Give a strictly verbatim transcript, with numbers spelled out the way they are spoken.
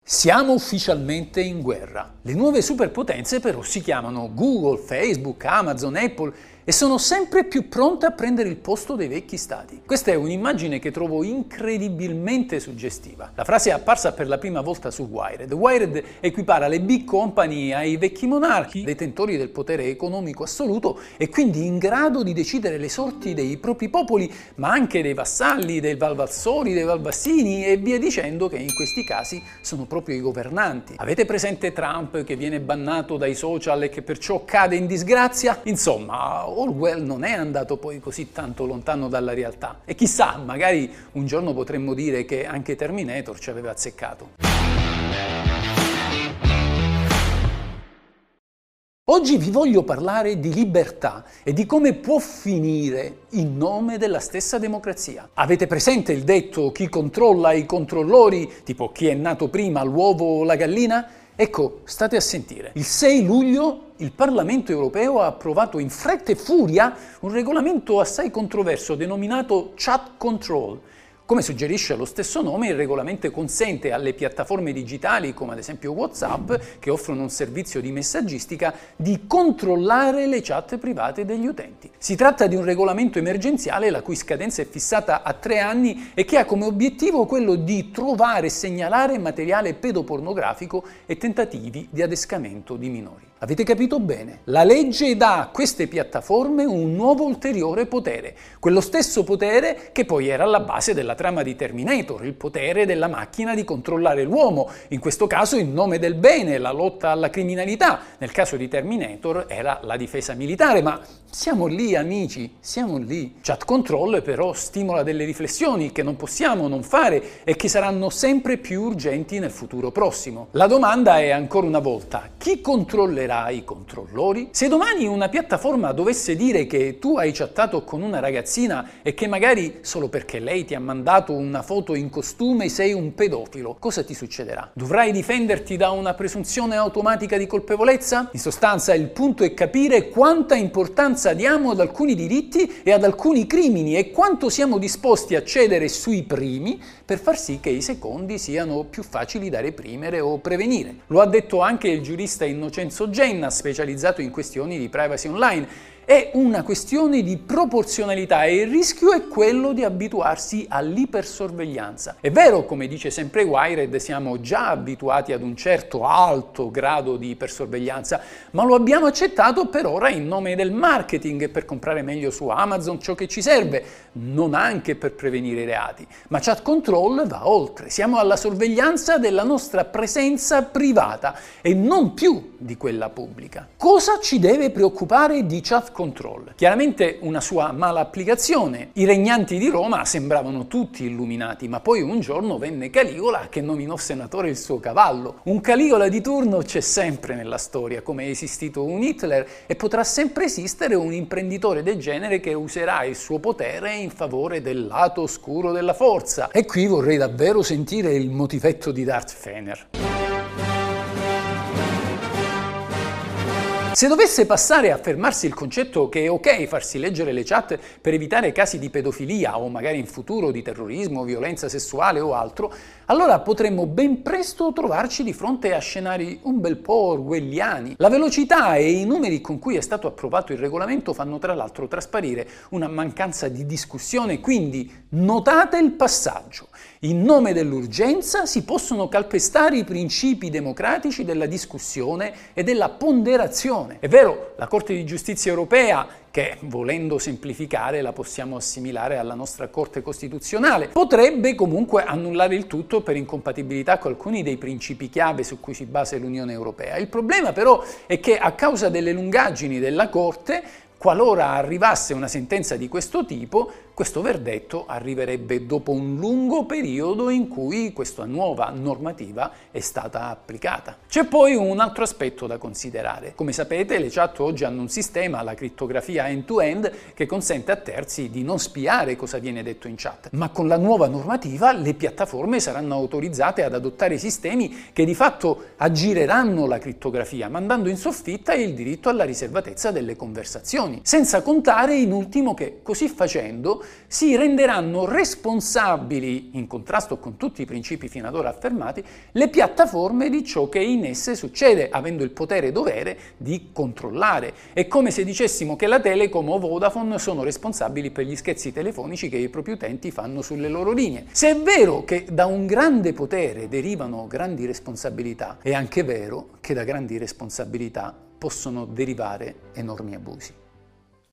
Siamo ufficialmente in guerra. Le nuove superpotenze però si chiamano Google, Facebook, Amazon, Apple e sono sempre più pronte a prendere il posto dei vecchi stati. Questa è un'immagine che trovo incredibilmente suggestiva. La frase è apparsa per la prima volta su Wired. Wired equipara le big company ai vecchi monarchi, detentori del potere economico assoluto e quindi in grado di decidere le sorti dei propri popoli, ma anche dei vassalli, dei valvassori, dei valvassini e via dicendo, che in questi casi sono proprio i governanti. Avete presente Trump che viene bannato dai social e che perciò cade in disgrazia? Insomma, Orwell non è andato poi così tanto lontano dalla realtà. E chissà, magari un giorno potremmo dire che anche Terminator ci aveva azzeccato. Oggi vi voglio parlare di libertà e di come può finire in nome della stessa democrazia. Avete presente il detto chi controlla i controllori, tipo chi è nato prima, l'uovo o la gallina? Ecco, state a sentire. Il sei luglio il Parlamento europeo ha approvato in fretta e furia un regolamento assai controverso denominato Chat Control. Come suggerisce lo stesso nome, il regolamento consente alle piattaforme digitali, come ad esempio WhatsApp, che offrono un servizio di messaggistica, di controllare le chat private degli utenti. Si tratta di un regolamento emergenziale la cui scadenza è fissata a tre anni e che ha come obiettivo quello di trovare e segnalare materiale pedopornografico e tentativi di adescamento di minori. Avete capito bene? La legge dà a queste piattaforme un nuovo ulteriore potere, quello stesso potere che poi era alla base della trama di Terminator, il potere della macchina di controllare l'uomo, in questo caso in nome del bene, la lotta alla criminalità. Nel caso di Terminator era la difesa militare, ma siamo lì amici, siamo lì. Chat Control però stimola delle riflessioni che non possiamo non fare e che saranno sempre più urgenti nel futuro prossimo. La domanda è ancora una volta, chi controllerà i controllori? Se domani una piattaforma dovesse dire che tu hai chattato con una ragazzina e che magari solo perché lei ti ha mandato una foto in costume sei un pedofilo, cosa ti succederà? Dovrai difenderti da una presunzione automatica di colpevolezza? In sostanza il punto è capire quanta importanza diamo ad alcuni diritti e ad alcuni crimini e quanto siamo disposti a cedere sui primi per far sì che i secondi siano più facili da reprimere o prevenire. Lo ha detto anche il giurista Innocenzo Genna, specializzato in questioni di privacy online. È una questione di proporzionalità e il rischio è quello di abituarsi all'ipersorveglianza. È vero, come dice sempre Wired, siamo già abituati ad un certo alto grado di ipersorveglianza, ma lo abbiamo accettato per ora in nome del marketing e per comprare meglio su Amazon ciò che ci serve, non anche per prevenire i reati. Ma Chat Control va oltre, siamo alla sorveglianza della nostra presenza privata e non più di quella pubblica. Cosa ci deve preoccupare di Chat Control? Chiaramente una sua mala applicazione. I regnanti di Roma sembravano tutti illuminati, ma poi un giorno venne Caligola che nominò senatore il suo cavallo. Un Caligola di turno c'è sempre nella storia, come è esistito un Hitler e potrà sempre esistere un imprenditore del genere che userà il suo potere in favore del lato oscuro della forza. E qui vorrei davvero sentire il motivetto di Darth Vader. Se dovesse passare a fermarsi il concetto che è ok farsi leggere le chat per evitare casi di pedofilia o magari in futuro di terrorismo, violenza sessuale o altro, allora potremmo ben presto trovarci di fronte a scenari un bel po' orwelliani. La velocità e i numeri con cui è stato approvato il regolamento fanno tra l'altro trasparire una mancanza di discussione, quindi notate il passaggio. In nome dell'urgenza si possono calpestare i principi democratici della discussione e della ponderazione. È vero, la Corte di Giustizia europea, che volendo semplificare la possiamo assimilare alla nostra Corte Costituzionale, potrebbe comunque annullare il tutto per incompatibilità con alcuni dei principi chiave su cui si basa l'Unione Europea. Il problema però è che a causa delle lungaggini della Corte, qualora arrivasse una sentenza di questo tipo, questo verdetto arriverebbe dopo un lungo periodo in cui questa nuova normativa è stata applicata. C'è poi un altro aspetto da considerare. Come sapete, le chat oggi hanno un sistema, la crittografia end-to-end, che consente a terzi di non spiare cosa viene detto in chat. Ma con la nuova normativa le piattaforme saranno autorizzate ad adottare sistemi che di fatto aggireranno la crittografia, mandando in soffitta il diritto alla riservatezza delle conversazioni. Senza contare in ultimo che, così facendo, si renderanno responsabili, in contrasto con tutti i principi fino ad ora affermati, le piattaforme di ciò che in esse succede, avendo il potere e dovere di controllare. È come se dicessimo che la Telecom o Vodafone sono responsabili per gli scherzi telefonici che i propri utenti fanno sulle loro linee. Se è vero che da un grande potere derivano grandi responsabilità, è anche vero che da grandi responsabilità possono derivare enormi abusi.